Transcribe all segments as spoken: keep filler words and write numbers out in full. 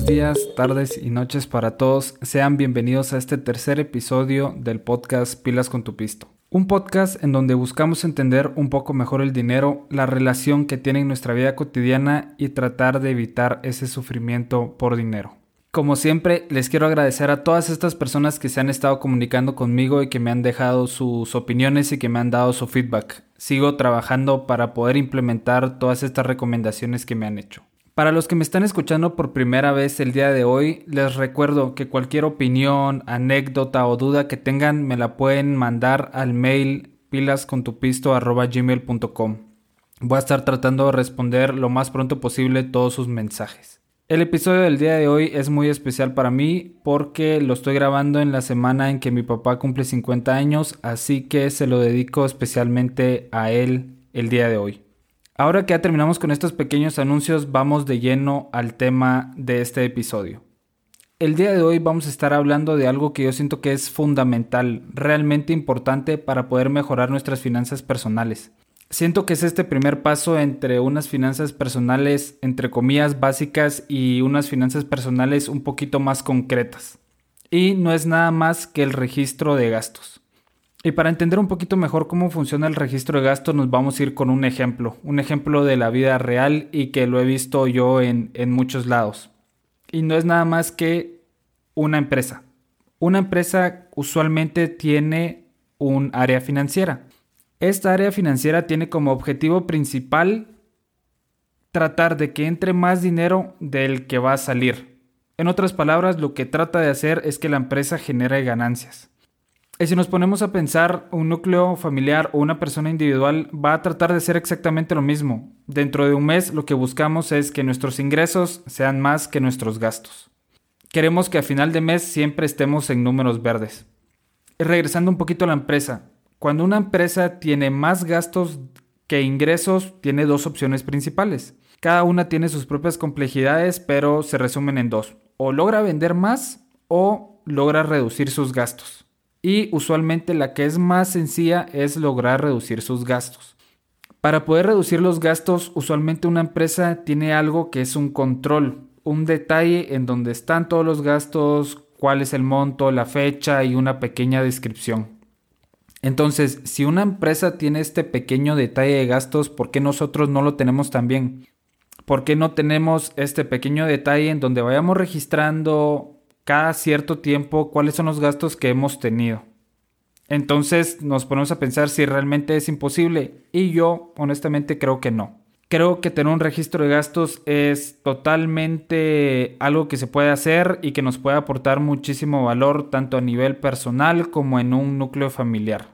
días, tardes y noches para todos. Sean bienvenidos a este tercer episodio del podcast Pilas con tu Pisto. Un podcast en donde buscamos entender un poco mejor el dinero, la relación que tiene en nuestra vida cotidiana y tratar de evitar ese sufrimiento por dinero. Como siempre, les quiero agradecer a todas estas personas que se han estado comunicando conmigo y que me han dejado sus opiniones y que me han dado su feedback. Sigo trabajando para poder implementar todas estas recomendaciones que me han hecho. Para los que me están escuchando por primera vez el día de hoy, les recuerdo que cualquier opinión, anécdota o duda que tengan me la pueden mandar al mail pilascontupisto arroba gmail punto com. Voy a estar tratando de responder lo más pronto posible todos sus mensajes. El episodio del día de hoy es muy especial para mí porque lo estoy grabando en la semana en que mi papá cumple cincuenta años, así que se lo dedico especialmente a él el día de hoy. Ahora que ya terminamos con estos pequeños anuncios, vamos de lleno al tema de este episodio. El día de hoy vamos a estar hablando de algo que yo siento que es fundamental, realmente importante para poder mejorar nuestras finanzas personales. Siento que es este primer paso entre unas finanzas personales, entre comillas, básicas y unas finanzas personales un poquito más concretas. Y no es nada más que el registro de gastos. Y para entender un poquito mejor cómo funciona el registro de gastos, nos vamos a ir con un ejemplo. Un ejemplo de la vida real y que lo he visto yo en, en muchos lados. Y no es nada más que una empresa. Una empresa usualmente tiene un área financiera. Esta área financiera tiene como objetivo principal tratar de que entre más dinero del que va a salir. En otras palabras, lo que trata de hacer es que la empresa genere ganancias. Y si nos ponemos a pensar, un núcleo familiar o una persona individual va a tratar de hacer exactamente lo mismo. Dentro de un mes lo que buscamos es que nuestros ingresos sean más que nuestros gastos. Queremos que a final de mes siempre estemos en números verdes. Y regresando un poquito a la empresa. Cuando una empresa tiene más gastos que ingresos, tiene dos opciones principales. Cada una tiene sus propias complejidades, pero se resumen en dos. O logra vender más o logra reducir sus gastos. Y usualmente la que es más sencilla es lograr reducir sus gastos. Para poder reducir los gastos, usualmente una empresa tiene algo que es un control, un detalle en donde están todos los gastos, cuál es el monto, la fecha y una pequeña descripción. Entonces, si una empresa tiene este pequeño detalle de gastos, ¿por qué nosotros no lo tenemos también? ¿Por qué no tenemos este pequeño detalle en donde vayamos registrando cada cierto tiempo cuáles son los gastos que hemos tenido? Entonces nos ponemos a pensar si realmente es imposible y yo honestamente creo que no. Creo que tener un registro de gastos es totalmente algo que se puede hacer y que nos puede aportar muchísimo valor tanto a nivel personal como en un núcleo familiar.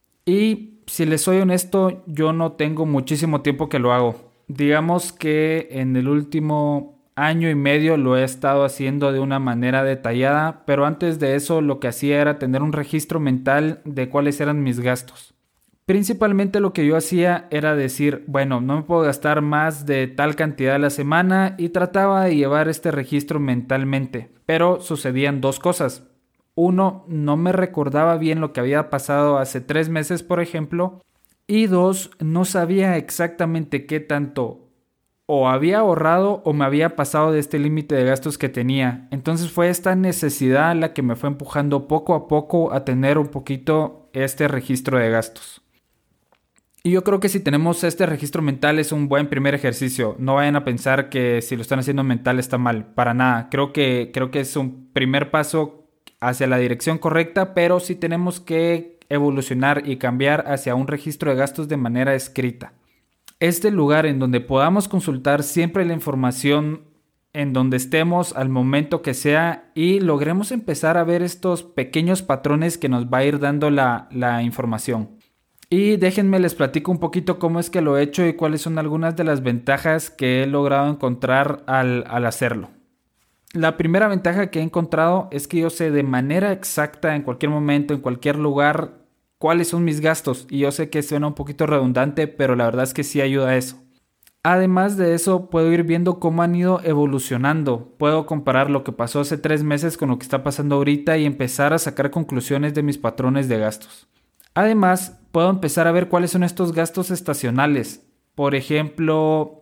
Y si les soy honesto, yo no tengo muchísimo tiempo que lo hago. Digamos que en el último año y medio lo he estado haciendo de una manera detallada, pero antes de eso lo que hacía era tener un registro mental de cuáles eran mis gastos. Principalmente lo que yo hacía era decir, bueno, no me puedo gastar más de tal cantidad a la semana y trataba de llevar este registro mentalmente, pero sucedían dos cosas. Uno, no me recordaba bien lo que había pasado hace tres meses, por ejemplo, y dos, no sabía exactamente qué tanto o había ahorrado o me había pasado de este límite de gastos que tenía. Entonces fue esta necesidad la que me fue empujando poco a poco a tener un poquito este registro de gastos. Y yo creo que si tenemos este registro mental es un buen primer ejercicio. No vayan a pensar que si lo están haciendo mental está mal. Para nada. Creo que, creo que es un primer paso hacia la dirección correcta, pero sí tenemos que evolucionar y cambiar hacia un registro de gastos de manera escrita. Este lugar en donde podamos consultar siempre la información en donde estemos al momento que sea y logremos empezar a ver estos pequeños patrones que nos va a ir dando la, la información. Y déjenme les platico un poquito cómo es que lo he hecho y cuáles son algunas de las ventajas que he logrado encontrar al, al hacerlo. La primera ventaja que he encontrado es que yo sé de manera exacta en cualquier momento, en cualquier lugar, cuáles son mis gastos. Y yo sé que suena un poquito redundante, pero la verdad es que sí ayuda a eso. Además de eso, puedo ir viendo cómo han ido evolucionando. Puedo comparar lo que pasó hace tres meses con lo que está pasando ahorita y empezar a sacar conclusiones de mis patrones de gastos. Además, puedo empezar a ver cuáles son estos gastos estacionales. Por ejemplo,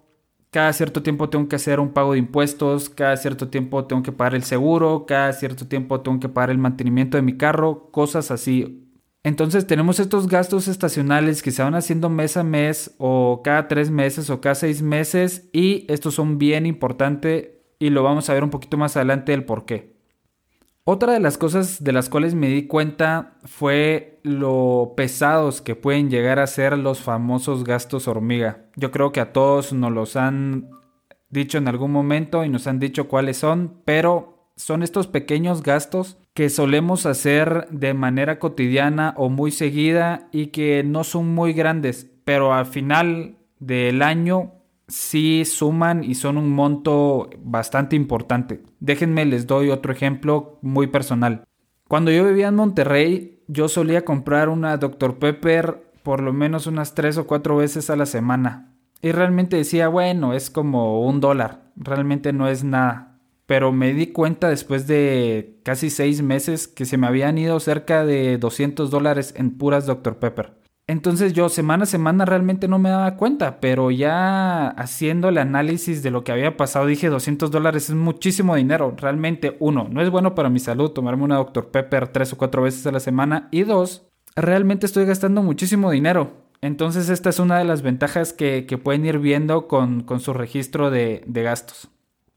Cada cierto tiempo tengo que hacer un pago de impuestos, cada cierto tiempo tengo que pagar el seguro, cada cierto tiempo tengo que pagar el mantenimiento de mi carro, cosas así. Entonces tenemos estos gastos estacionales que se van haciendo mes a mes o cada tres meses o cada seis meses y estos son bien importantes y lo vamos a ver un poquito más adelante el por qué. Otra de las cosas de las cuales me di cuenta fue lo pesados que pueden llegar a ser los famosos gastos hormiga. Yo creo que a todos nos los han dicho en algún momento y nos han dicho cuáles son, pero son estos pequeños gastos que solemos hacer de manera cotidiana o muy seguida y que no son muy grandes, pero al final del año sí suman y son un monto bastante importante. Déjenme les doy otro ejemplo muy personal. Cuando yo vivía en Monterrey, yo solía comprar una doctor Pepper por lo menos unas tres o cuatro veces a la semana. Y realmente decía, bueno, es como un dólar. Realmente no es nada. Pero me di cuenta después de casi seis meses que se me habían ido cerca de doscientos dólares en puras doctor Pepper. Entonces yo semana a semana realmente no me daba cuenta, pero ya haciendo el análisis de lo que había pasado dije doscientos dólares es muchísimo dinero. Realmente, uno, no es bueno para mi salud tomarme una doctor Pepper tres o cuatro veces a la semana y dos, realmente estoy gastando muchísimo dinero. Entonces esta es una de las ventajas que, que pueden ir viendo con, con su registro de, de gastos.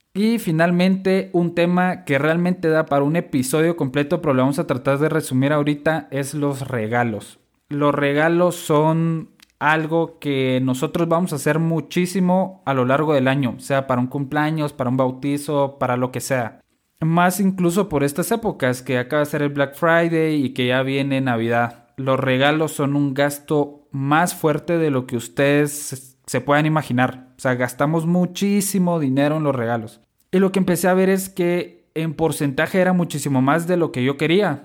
Y finalmente un tema que realmente da para un episodio completo, pero lo vamos a tratar de resumir ahorita, es los regalos. Los regalos son algo que nosotros vamos a hacer muchísimo a lo largo del año, sea para un cumpleaños, para un bautizo, para lo que sea. Más incluso por estas épocas que acaba de ser el Black Friday y que ya viene Navidad. Los regalos son un gasto más fuerte de lo que ustedes se puedan imaginar. O sea, gastamos muchísimo dinero en los regalos. Y lo que empecé a ver es que en porcentaje era muchísimo más de lo que yo quería.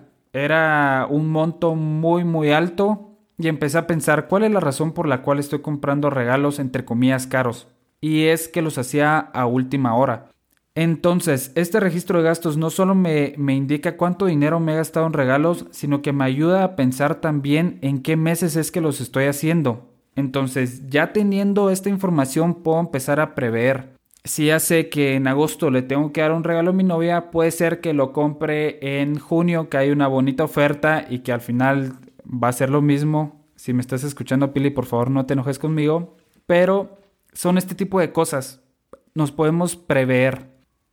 Era un monto muy muy alto y empecé a pensar cuál es la razón por la cual estoy comprando regalos entre comillas caros. Y es que los hacía a última hora. Entonces, este registro de gastos no solo me, me indica cuánto dinero me he gastado en regalos, sino que me ayuda a pensar también en qué meses es que los estoy haciendo. Entonces, ya teniendo esta información puedo empezar a prever. Si ya sé que en agosto le tengo que dar un regalo a mi novia, puede ser que lo compre en junio, que hay una bonita oferta y que al final va a ser lo mismo. Si me estás escuchando, Pili, por favor no te enojes conmigo. Pero son este tipo de cosas. Nos podemos prever.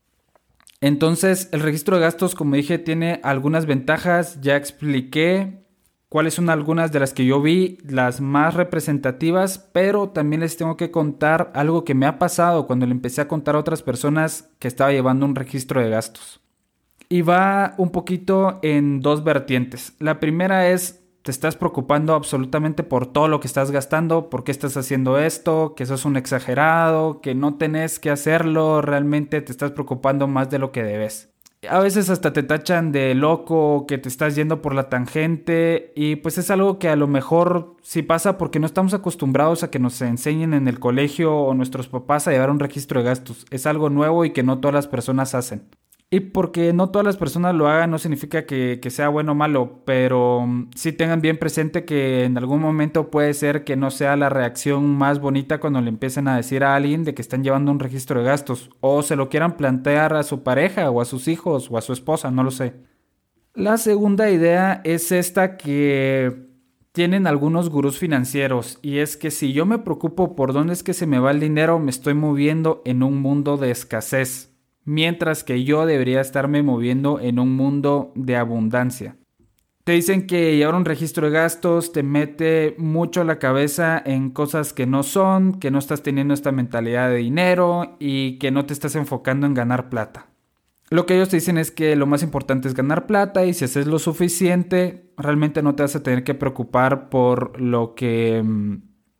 Entonces, el registro de gastos, como dije, tiene algunas ventajas. Ya expliqué cuáles son algunas de las que yo vi, las más representativas, pero también les tengo que contar algo que me ha pasado cuando le empecé a contar a otras personas que estaba llevando un registro de gastos. Y va un poquito en dos vertientes. La primera es, te estás preocupando absolutamente por todo lo que estás gastando, por qué estás haciendo esto, que sos un exagerado, que no tenés que hacerlo, realmente te estás preocupando más de lo que debes. A veces hasta te tachan de loco, que te estás yendo por la tangente y pues es algo que a lo mejor sí pasa porque no estamos acostumbrados a que nos enseñen en el colegio o nuestros papás a llevar un registro de gastos. Es algo nuevo y que no todas las personas hacen. Y porque no todas las personas lo hagan no significa que, que sea bueno o malo, pero sí tengan bien presente que en algún momento puede ser que no sea la reacción más bonita cuando le empiecen a decir a alguien de que están llevando un registro de gastos o se lo quieran plantear a su pareja o a sus hijos o a su esposa, no lo sé. La segunda idea es esta que tienen algunos gurús financieros y es que si yo me preocupo por dónde es que se me va el dinero, me estoy moviendo en un mundo de escasez. Mientras que yo debería estarme moviendo en un mundo de abundancia. Te dicen que llevar un registro de gastos te mete mucho la cabeza en cosas que no son, que no estás teniendo esta mentalidad de dinero y que no te estás enfocando en ganar plata. Lo que ellos te dicen es que lo más importante es ganar plata y si haces lo suficiente, realmente no te vas a tener que preocupar por lo que mmm,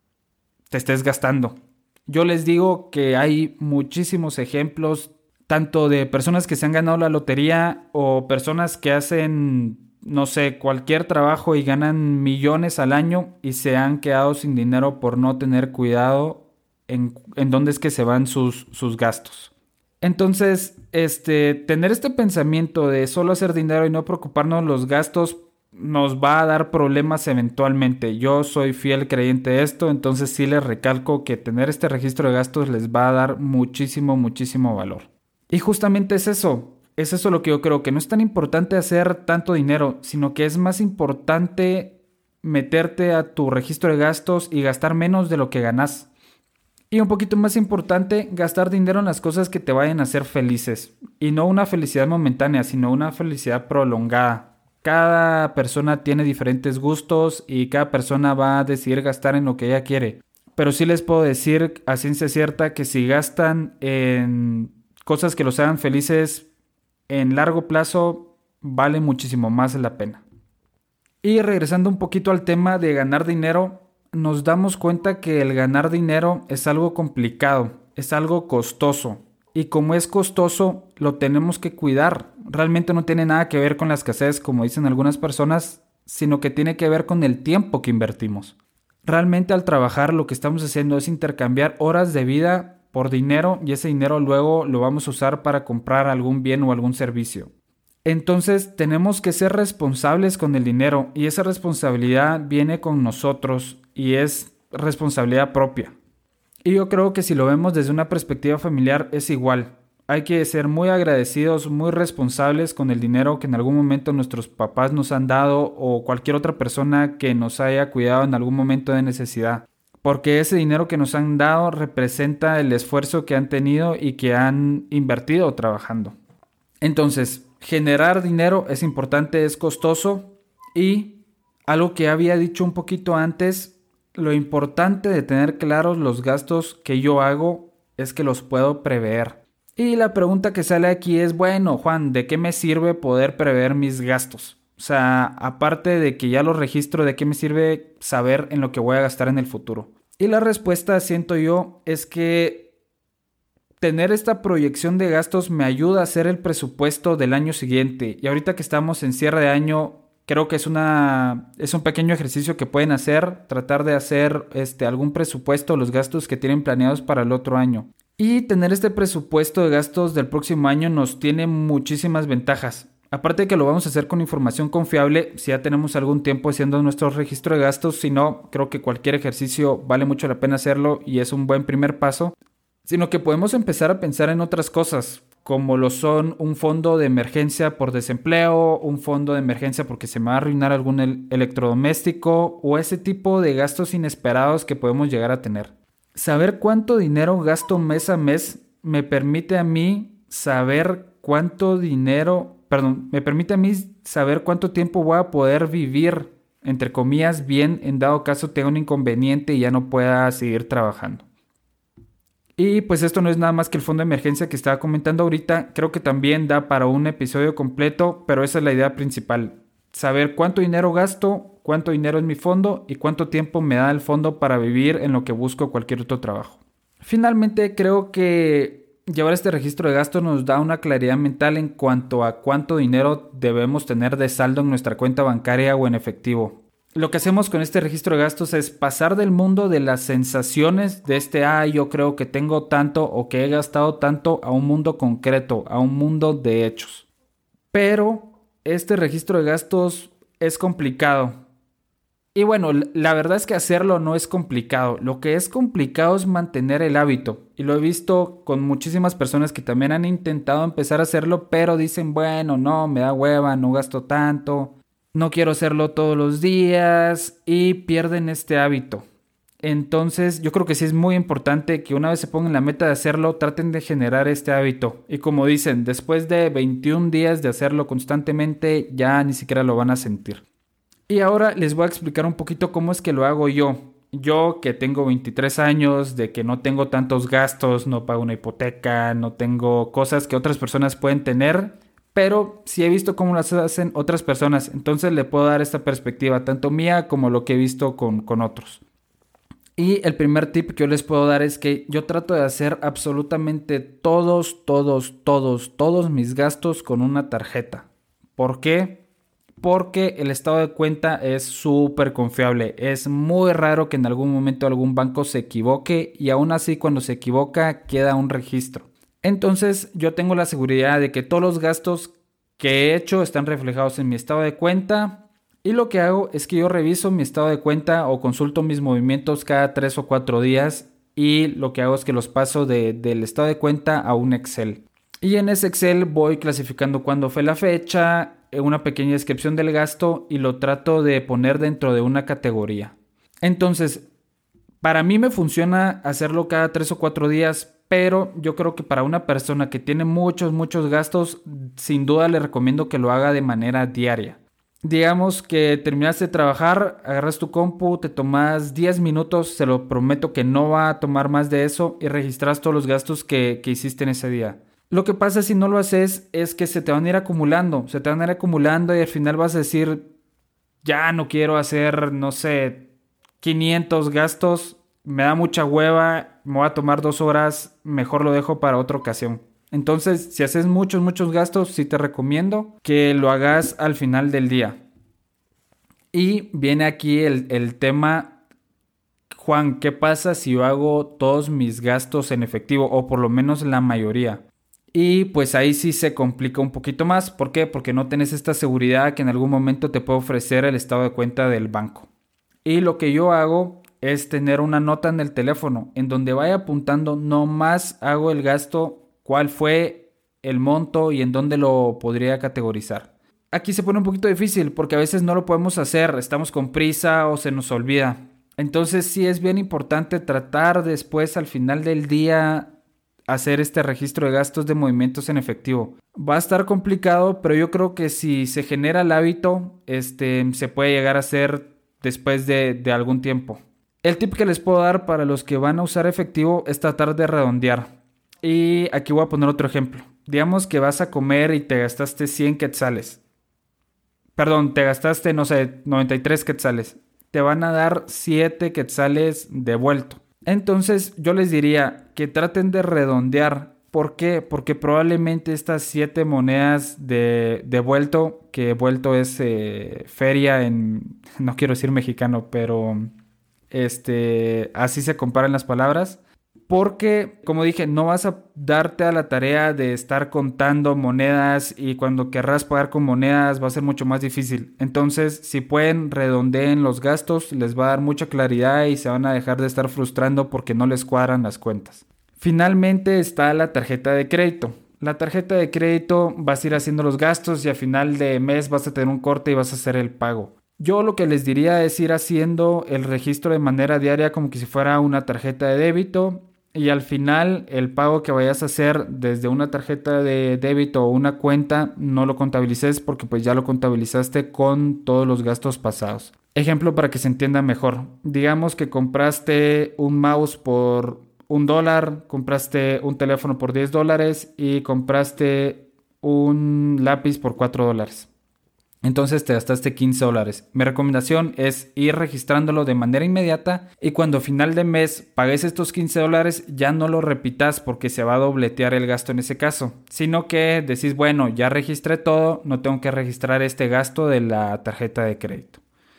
te estés gastando. Yo les digo que hay muchísimos ejemplos tanto de personas que se han ganado la lotería o personas que hacen, no sé, cualquier trabajo y ganan millones al año y se han quedado sin dinero por no tener cuidado en, en dónde es que se van sus, sus gastos. Entonces, este, tener este pensamiento de solo hacer dinero y no preocuparnos los gastos nos va a dar problemas eventualmente. Yo soy fiel creyente de esto, entonces sí les recalco que tener este registro de gastos les va a dar muchísimo, muchísimo valor. Y justamente es eso, es eso lo que yo creo, que no es tan importante hacer tanto dinero, sino que es más importante meterte a tu registro de gastos y gastar menos de lo que ganas. Y un poquito más importante, gastar dinero en las cosas que te vayan a hacer felices. Y no una felicidad momentánea, sino una felicidad prolongada. Cada persona tiene diferentes gustos y cada persona va a decidir gastar en lo que ella quiere. Pero sí les puedo decir a ciencia cierta que si gastan en cosas que los hagan felices en largo plazo, vale muchísimo más la pena. Y regresando un poquito al tema de ganar dinero, nos damos cuenta que el ganar dinero es algo complicado, es algo costoso. Y como es costoso, lo tenemos que cuidar. Realmente no tiene nada que ver con la escasez, como dicen algunas personas, sino que tiene que ver con el tiempo que invertimos. Realmente al trabajar lo que estamos haciendo es intercambiar horas de vida por dinero y ese dinero luego lo vamos a usar para comprar algún bien o algún servicio. Entonces tenemos que ser responsables con el dinero y esa responsabilidad viene con nosotros y es responsabilidad propia. Y yo creo que si lo vemos desde una perspectiva familiar es igual. Hay que ser muy agradecidos, muy responsables con el dinero que en algún momento nuestros papás nos han dado o cualquier otra persona que nos haya cuidado en algún momento de necesidad. Porque ese dinero que nos han dado representa el esfuerzo que han tenido y que han invertido trabajando. Entonces, generar dinero es importante, es costoso y algo que había dicho un poquito antes, lo importante de tener claros los gastos que yo hago es que los puedo prever. Y la pregunta que sale aquí es, bueno, Juan, ¿de qué me sirve poder prever mis gastos? O sea, aparte de que ya los registro, ¿de qué me sirve saber en lo que voy a gastar en el futuro? Y la respuesta, siento yo, es que tener esta proyección de gastos me ayuda a hacer el presupuesto del año siguiente. Y ahorita que estamos en cierre de año, creo que es una es un pequeño ejercicio que pueden hacer, tratar de hacer este algún presupuesto, los gastos que tienen planeados para el otro año. Y tener este presupuesto de gastos del próximo año nos tiene muchísimas ventajas. Aparte de que lo vamos a hacer con información confiable, si ya tenemos algún tiempo haciendo nuestro registro de gastos, si no, creo que cualquier ejercicio vale mucho la pena hacerlo y es un buen primer paso. Sino que podemos empezar a pensar en otras cosas, como lo son un fondo de emergencia por desempleo, un fondo de emergencia porque se me va a arruinar algún el- electrodoméstico o ese tipo de gastos inesperados que podemos llegar a tener. Saber cuánto dinero gasto mes a mes me permite a mí saber cuánto dinero, perdón, me permite a mí saber cuánto tiempo voy a poder vivir, entre comillas, bien en dado caso tenga un inconveniente y ya no pueda seguir trabajando. Y pues esto no es nada más que el fondo de emergencia que estaba comentando ahorita. Creo que también da para un episodio completo, pero esa es la idea principal. Saber cuánto dinero gasto, cuánto dinero es mi fondo y cuánto tiempo me da el fondo para vivir en lo que busco cualquier otro trabajo. Finalmente, creo que llevar este registro de gastos nos da una claridad mental en cuanto a cuánto dinero debemos tener de saldo en nuestra cuenta bancaria o en efectivo. Lo que hacemos con este registro de gastos es pasar del mundo de las sensaciones de este, ah, yo creo que tengo tanto o que he gastado tanto a un mundo concreto, a un mundo de hechos. Pero este registro de gastos es complicado. Y bueno, la verdad es que hacerlo no es complicado. Lo que es complicado es mantener el hábito. Y lo he visto con muchísimas personas que también han intentado empezar a hacerlo, pero dicen, bueno, no, me da hueva, no gasto tanto. No quiero hacerlo todos los días y pierden este hábito. Entonces yo creo que sí es muy importante que una vez se pongan la meta de hacerlo, traten de generar este hábito. Y como dicen, después de veintiún días de hacerlo constantemente, ya ni siquiera lo van a sentir. Y ahora les voy a explicar un poquito cómo es que lo hago yo. Yo que tengo veintitrés años, de que no tengo tantos gastos, no pago una hipoteca, no tengo cosas que otras personas pueden tener, pero sí he visto cómo las hacen otras personas, entonces le puedo dar esta perspectiva, tanto mía como lo que he visto con, con otros. Y el primer tip que yo les puedo dar es que yo trato de hacer absolutamente todos, todos, todos, todos mis gastos con una tarjeta. ¿Por qué? Porque el estado de cuenta es súper confiable. Es muy raro que en algún momento algún banco se equivoque y aún así cuando se equivoca queda un registro. Entonces yo tengo la seguridad de que todos los gastos que he hecho están reflejados en mi estado de cuenta Y lo que hago es que yo reviso mi estado de cuenta o consulto mis movimientos cada tres o cuatro días y lo que hago es que los paso de, del estado de cuenta a un Excel. Y en ese Excel voy clasificando cuándo fue la fecha, una pequeña descripción del gasto y lo trato de poner dentro de una categoría. Entonces, para mí me funciona hacerlo cada tres o cuatro días, pero yo creo que para una persona que tiene muchos, muchos gastos, sin duda le recomiendo que lo haga de manera diaria. Digamos que terminaste de trabajar, agarras tu compu, te tomas diez minutos, se lo prometo que no va a tomar más de eso y registras todos los gastos que, que hiciste en ese día. Lo que pasa si no lo haces es que se te van a ir acumulando, se te van a ir acumulando y al final vas a decir, ya no quiero hacer, no sé, quinientos gastos, me da mucha hueva, me voy a tomar dos horas, mejor lo dejo para otra ocasión. Entonces, si haces muchos, muchos gastos, sí te recomiendo que lo hagas al final del día. Y viene aquí el, el tema, Juan, ¿qué pasa si yo hago todos mis gastos en efectivo o por lo menos la mayoría? Y pues ahí sí se complica un poquito más. ¿Por qué? Porque no tenés esta seguridad que en algún momento te puede ofrecer el estado de cuenta del banco. Y lo que yo hago es tener una nota en el teléfono en donde vaya apuntando, nomás hago el gasto, cuál fue el monto y en dónde lo podría categorizar. Aquí se pone un poquito difícil porque a veces no lo podemos hacer, estamos con prisa o se nos olvida. Entonces sí es bien importante tratar después al final del día hacer este registro de gastos de movimientos en efectivo. Va a estar complicado, pero yo creo que si se genera el hábito, este, se puede llegar a hacer después de, de algún tiempo. El tip que les puedo dar para los que van a usar efectivo es tratar de redondear. Y aquí voy a poner otro ejemplo. Digamos que vas a comer y te gastaste cien quetzales. Perdón, te gastaste, no sé, noventa y tres quetzales. Te van a dar siete quetzales devuelto. Entonces yo les diría que traten de redondear. ¿Por qué? Porque probablemente estas siete monedas de, de vuelto, que vuelto es eh, feria en, no quiero decir mexicano, pero este, así se comparan las palabras. Porque, como dije, no vas a darte a la tarea de estar contando monedas y cuando querrás pagar con monedas va a ser mucho más difícil. Entonces, si pueden, redondeen los gastos, les va a dar mucha claridad y se van a dejar de estar frustrando porque no les cuadran las cuentas. Finalmente está la tarjeta de crédito. La tarjeta de crédito vas a ir haciendo los gastos y a final de mes vas a tener un corte y vas a hacer el pago. Yo lo que les diría es ir haciendo el registro de manera diaria como que si fuera una tarjeta de débito. Y al final el pago que vayas a hacer desde una tarjeta de débito o una cuenta no lo contabilices porque pues ya lo contabilizaste con todos los gastos pasados. Ejemplo para que se entienda mejor. Digamos que compraste un mouse por un dólar, compraste un teléfono por diez dólares y compraste un lápiz por cuatro dólares. Entonces te gastaste quince dólares. Mi recomendación es ir registrándolo de manera inmediata y cuando a final de mes pagues estos quince dólares ya no lo repitas porque se va a dobletear el gasto en ese caso. Sino que decís, bueno, ya registré todo, no tengo que registrar este gasto de la tarjeta de crédito.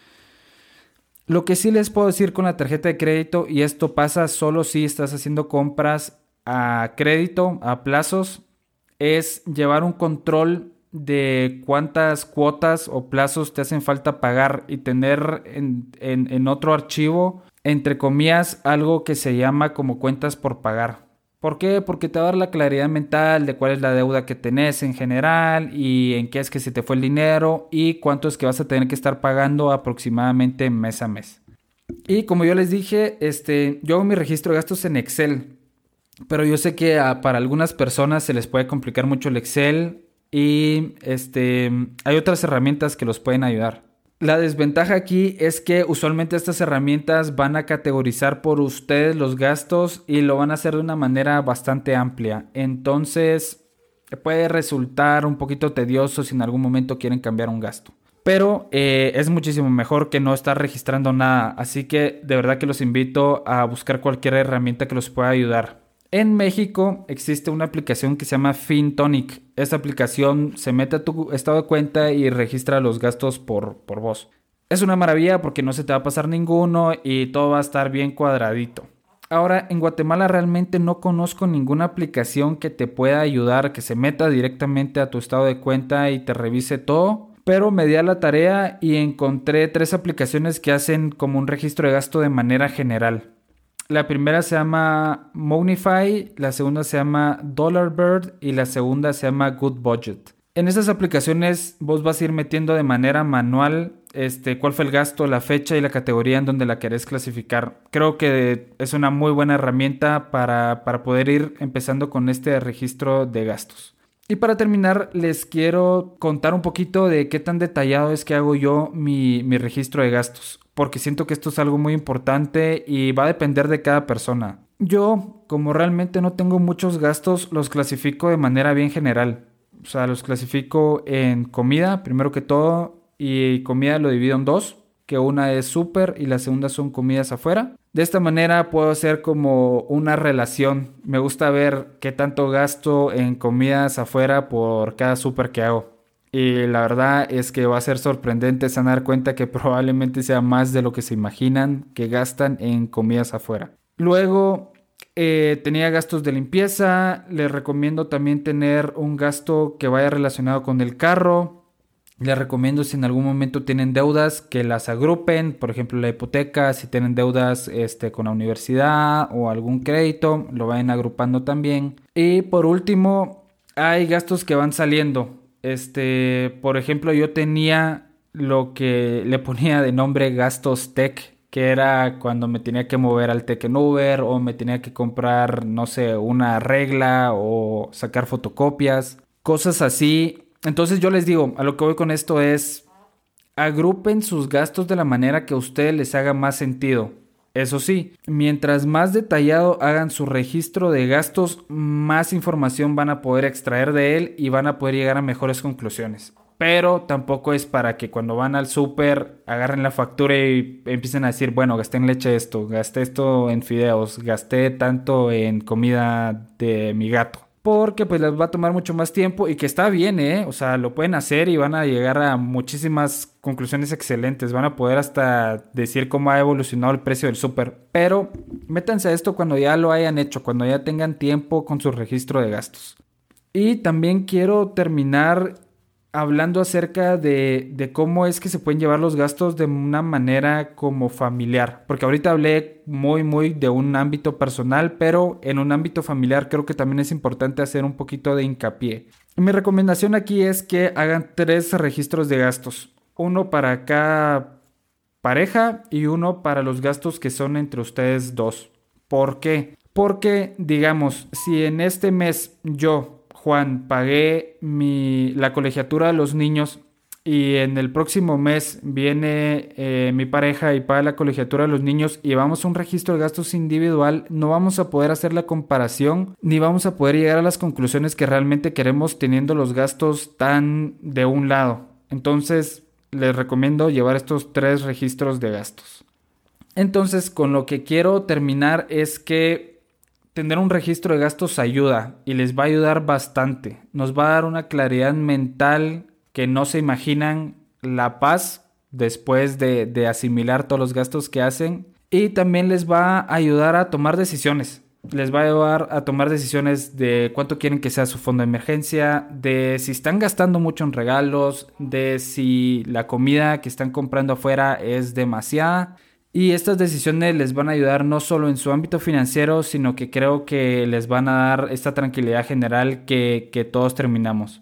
Lo que sí les puedo decir con la tarjeta de crédito, y esto pasa solo si estás haciendo compras a crédito, a plazos, es llevar un control de cuántas cuotas o plazos te hacen falta pagar y tener en, en, en otro archivo, entre comillas, algo que se llama como cuentas por pagar. ¿Por qué? Porque te va a dar la claridad mental de cuál es la deuda que tenés en general y en qué es que se te fue el dinero y cuánto es que vas a tener que estar pagando aproximadamente mes a mes. Y como yo les dije, este, yo hago mi registro de gastos en Excel, pero yo sé que a, para algunas personas se les puede complicar mucho el Excel. Y este, hay otras herramientas que los pueden ayudar. La desventaja aquí es que usualmente estas herramientas van a categorizar por ustedes los gastos y lo van a hacer de una manera bastante amplia. Entonces puede resultar un poquito tedioso si en algún momento quieren cambiar un gasto. Pero eh, es muchísimo mejor que no estar registrando nada. Así que de verdad que los invito a buscar cualquier herramienta que los pueda ayudar. En México existe una aplicación que se llama FinTonic. Esta aplicación se mete a tu estado de cuenta y registra los gastos por, por voz. Es una maravilla porque no se te va a pasar ninguno y todo va a estar bien cuadradito. Ahora, en Guatemala realmente no conozco ninguna aplicación que te pueda ayudar, que se meta directamente a tu estado de cuenta y te revise todo. pero me di a la tarea y encontré tres aplicaciones que hacen como un registro de gasto de manera general. La primera se llama Moneyfy, la segunda se llama DollarBird y la segunda se llama Good Budget. En estas aplicaciones vos vas a ir metiendo de manera manual este, cuál fue el gasto, la fecha y la categoría en donde la querés clasificar. Creo que es una muy buena herramienta para, para poder ir empezando con este registro de gastos. Y para terminar, les quiero contar un poquito de qué tan detallado es que hago yo mi, mi registro de gastos, porque siento que esto es algo muy importante y va a depender de cada persona. Yo, como realmente no tengo muchos gastos, los clasifico de manera bien general. O sea, los clasifico en comida, primero que todo, y comida lo divido en dos, que una es súper y la segunda son comidas afuera. De esta manera puedo hacer como una relación. Me gusta ver qué tanto gasto en comidas afuera por cada súper que hago. Y la verdad es que va a ser sorprendente se dar cuenta que probablemente sea más de lo que se imaginan que gastan en comidas afuera. Luego eh, tenía gastos de limpieza. Les recomiendo también tener un gasto que vaya relacionado con el carro. Les recomiendo si en algún momento tienen deudas que las agrupen, por ejemplo la hipoteca, si tienen deudas este, con la universidad o algún crédito, lo vayan agrupando también. Y por último, hay gastos que van saliendo. Este, por ejemplo, yo tenía lo que le ponía de nombre gastos tech, que era cuando me tenía que mover al Tech en Uber o me tenía que comprar, no sé, una regla o sacar fotocopias, cosas así. Entonces yo les digo, a lo que voy con esto es, agrupen sus gastos de la manera que a ustedes les haga más sentido. Eso sí, mientras más detallado hagan su registro de gastos, más información van a poder extraer de él y van a poder llegar a mejores conclusiones. Pero tampoco es para que cuando van al súper agarren la factura y empiecen a decir, bueno, gasté en leche esto, gasté esto en fideos, gasté tanto en comida de mi gato. Porque pues les va a tomar mucho más tiempo y que está bien, ¿eh? O sea, lo pueden hacer y van a llegar a muchísimas conclusiones excelentes. Van a poder hasta decir cómo ha evolucionado el precio del súper. Pero métanse a esto cuando ya lo hayan hecho, cuando ya tengan tiempo con su registro de gastos. Y también quiero terminar hablando acerca de, de cómo es que se pueden llevar los gastos de una manera como familiar. Porque ahorita hablé muy, muy de un ámbito personal, pero en un ámbito familiar creo que también es importante hacer un poquito de hincapié. Mi recomendación aquí es que hagan tres registros de gastos. Uno para cada pareja y uno para los gastos que son entre ustedes dos. ¿Por qué? Porque, digamos, si en este mes yo... Juan, pagué mi, la colegiatura de los niños y en el próximo mes viene eh, mi pareja y paga la colegiatura de los niños y vamos a un registro de gastos individual, no vamos a poder hacer la comparación ni vamos a poder llegar a las conclusiones que realmente queremos teniendo los gastos tan de un lado. Entonces, les recomiendo llevar estos tres registros de gastos. Entonces, con lo que quiero terminar es que tener un registro de gastos ayuda y les va a ayudar bastante. Nos va a dar una claridad mental que no se imaginan, la paz después de, de asimilar todos los gastos que hacen. Y también les va a ayudar a tomar decisiones. Les va a ayudar a tomar decisiones de cuánto quieren que sea su fondo de emergencia, de si están gastando mucho en regalos, de si la comida que están comprando afuera es demasiada. Y estas decisiones les van a ayudar no solo en su ámbito financiero, sino que creo que les van a dar esta tranquilidad general que, que todos terminamos.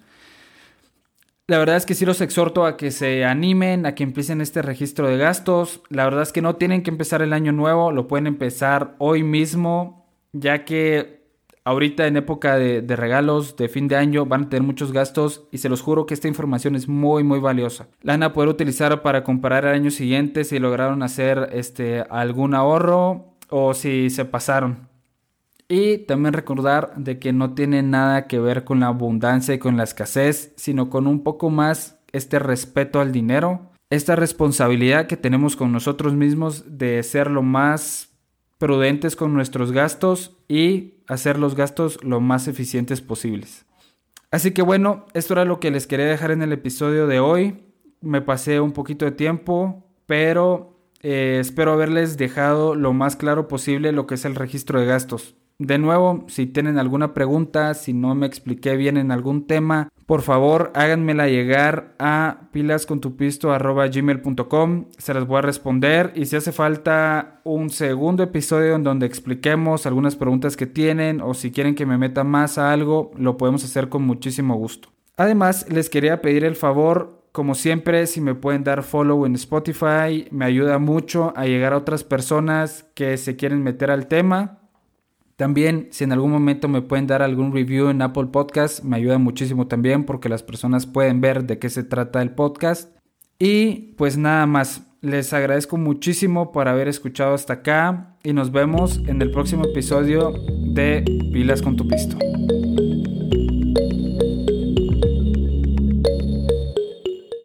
La verdad es que sí los exhorto a que se animen, a que empiecen este registro de gastos. La verdad es que no tienen que empezar el año nuevo, lo pueden empezar hoy mismo, ya que ahorita en época de, de regalos de fin de año van a tener muchos gastos y se los juro que esta información es muy muy valiosa. La van a poder utilizar para comparar el año siguiente si lograron hacer este, algún ahorro o si se pasaron. Y también recordar de que no tiene nada que ver con la abundancia y con la escasez, sino con un poco más este respeto al dinero, esta responsabilidad que tenemos con nosotros mismos de ser lo más prudentes con nuestros gastos y hacer los gastos lo más eficientes posibles. Así que bueno, esto era lo que les quería dejar en el episodio de hoy. Me pasé un poquito de tiempo, pero eh, espero haberles dejado lo más claro posible lo que es el registro de gastos. De nuevo, si tienen alguna pregunta, si no me expliqué bien en algún tema, por favor háganmela llegar a pilascontupisto arroba gmail punto com. Se las voy a responder y si hace falta un segundo episodio en donde expliquemos algunas preguntas que tienen o si quieren que me meta más a algo, lo podemos hacer con muchísimo gusto. Además, les quería pedir el favor, como siempre, si me pueden dar follow en Spotify, me ayuda mucho a llegar a otras personas que se quieren meter al tema. También, si en algún momento me pueden dar algún review en Apple Podcast, me ayuda muchísimo también porque las personas pueden ver de qué se trata el podcast. Y pues nada más, les agradezco muchísimo por haber escuchado hasta acá y nos vemos en el próximo episodio de Pilas con tu Pisto.